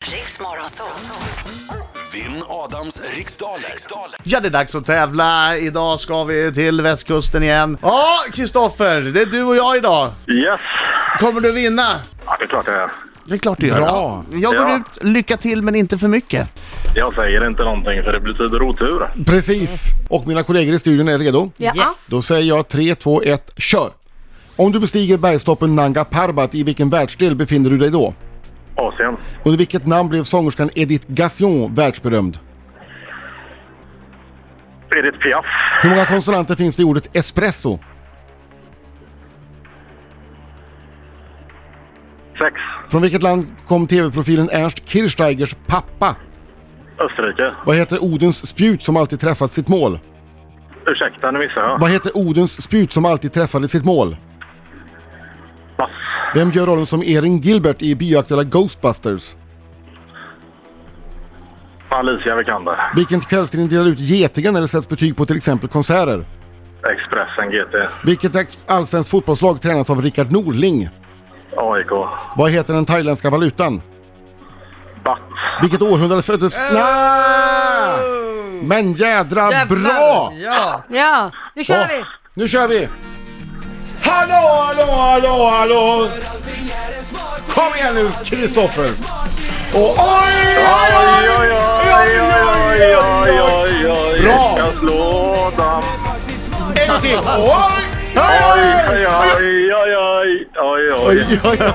Riks Morgonzoo. Vinn Adams riksdaler. Ja, det är dags att tävla. Idag ska vi till västkusten igen. Ja, Kristoffer, det är du och jag idag. Yes. Kommer du vinna? Ja, det är klart det är. Det är klart du gör. Bra. Jag går ut, lycka till men inte för mycket. Jag säger inte någonting för det betyder otur. Precis. Och mina kollegor i studion är redo. Ja. Yes. Då säger jag 3, 2, 1, kör! Om du bestiger bergstoppen Nanga Parbat, i vilken världsdel befinner du dig då? Asien. Under vilket namn blev sångerskan Edith Gassion världsberömd? Edith Piaf. Hur många konsonanter finns det i ordet espresso? 6. Från vilket land kom tv-profilen Ernst Kirchsteigers pappa? Österrike. Vad heter Odens spjut som alltid träffat sitt mål? Ursäkta, nu missade jag. Vad heter Odens spjut som alltid träffade sitt mål? Pass. Vem gör rollen som Erin Gilbert i bioaktuella Ghostbusters? Alicia Vikander. Vilken kvällstidning delar ut getiga när det sätts betyg på till exempel konserter? Expressen GT. Vilket allsvenskt fotbollslag tränas av Rickard Norling? AIK. Vad heter den thailändska valutan? Batt. Vilket århundrade föddes... Nej! Men jädra bra! Ja. Ja, nu kör vi. Nu kör vi! Hallå, hallå, hallå, hallå! Kom igen nu, Kristoffer! Och oj, oj, oj, oj, oj, oj, oj, oj, oj. Bra! Jag slår dem. En gång till! Oj, Oj, oj, oj, oj, oj, oj. oj, oj,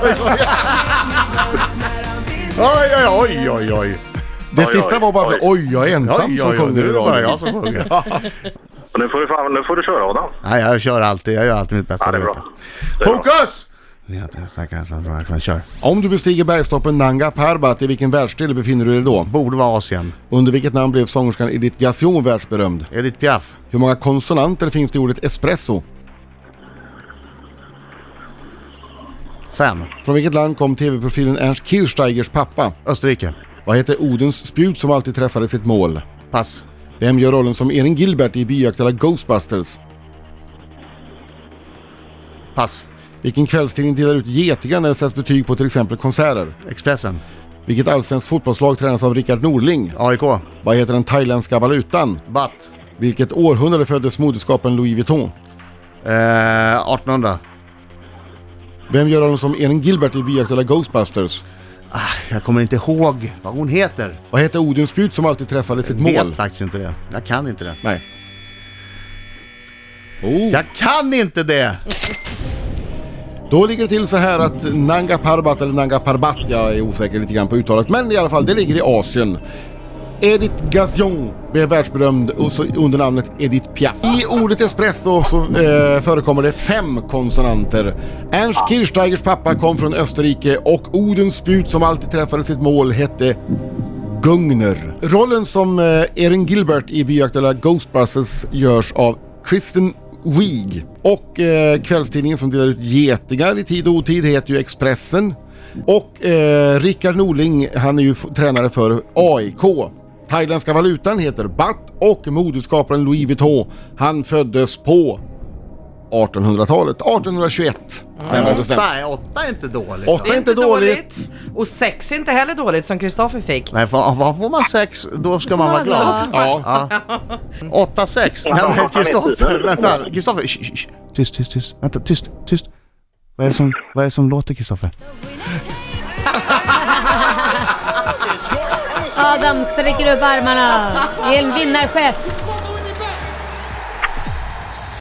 oj, oj, oj, oj. Det Oj, sista oj, var bara för oj. oj, jag är ensam som sjunger nu är det bara idag. jag som sjunger. Och nu får du köra, Adam. Nej, jag gör alltid mitt bästa. Ja, det är bra. Det är bra. Fokus! Kör. Om du bestiger bergstoppen Nanga Parbat, i vilken världsdel befinner du dig då? Borde vara Asien. Under vilket namn blev sångerskan Edith Gassion världsberömd? Edith Piaf. Hur många konsonanter finns det i ordet espresso? 5. Från vilket land kom tv-profilen Ernst Kirchsteigers pappa? Österrike. Vad heter Odens spjut som alltid träffade sitt mål? Pass. Vem gör rollen som Erin Gilbert i bioaktuella Ghostbusters? Pass. Vilken kvällstidning delar ut getiga när det sätts betyg på till exempel konserter? Expressen. Vilket allsvenskt fotbollslag tränas av Rickard Norling? AIK. Vad heter den thailändska valutan? Batt. Vilket århundrade föddes modeskapen Louis Vuitton? 1800. Vem gör rollen som Erin Gilbert i bioaktuella Ghostbusters? Jag kommer inte ihåg vad hon heter. Vad heter Odens spjut som alltid träffade sitt Jag mål? vet faktiskt inte det. Jag kan inte det. Nej. Oh. Jag kan inte det! Då ligger det till så här att Nanga Parbat eller Nanga Parbat, jag är osäker lite grann på uttalet, men i alla fall, det ligger i Asien. Edith Gassion blev världsberömd under namnet Edith Piaf. I ordet espresso så förekommer det 5 konsonanter. Ernst Kirchsteigers pappa kom från Österrike och Odens spjut som alltid träffade sitt mål hette Gungner. Rollen som Erin Gilbert i bioaktuella Ghostbusters görs av Kristen Wiig. Och kvällstidningen som delar ut getingar i tid och otid heter ju Expressen. Och Rickard Norling, han är ju tränare för AIK. Thailändska valutan heter Baht och modeskaparen Louis Vuitton, han föddes på 1800-talet, 1821. Men 8 är inte dåligt. 8 är inte dåligt. Och 6 är inte heller dåligt som Kristoffer fick. Nej, vad får man 6? Då ska man vara glad. Ja. 8-6. Nej, men Kristoffer, vänta. Kristoffer, tyst. Vänta, tyst. Vad är det som låter, Kristoffer? Adam sträcker upp armarna i en vinnargest.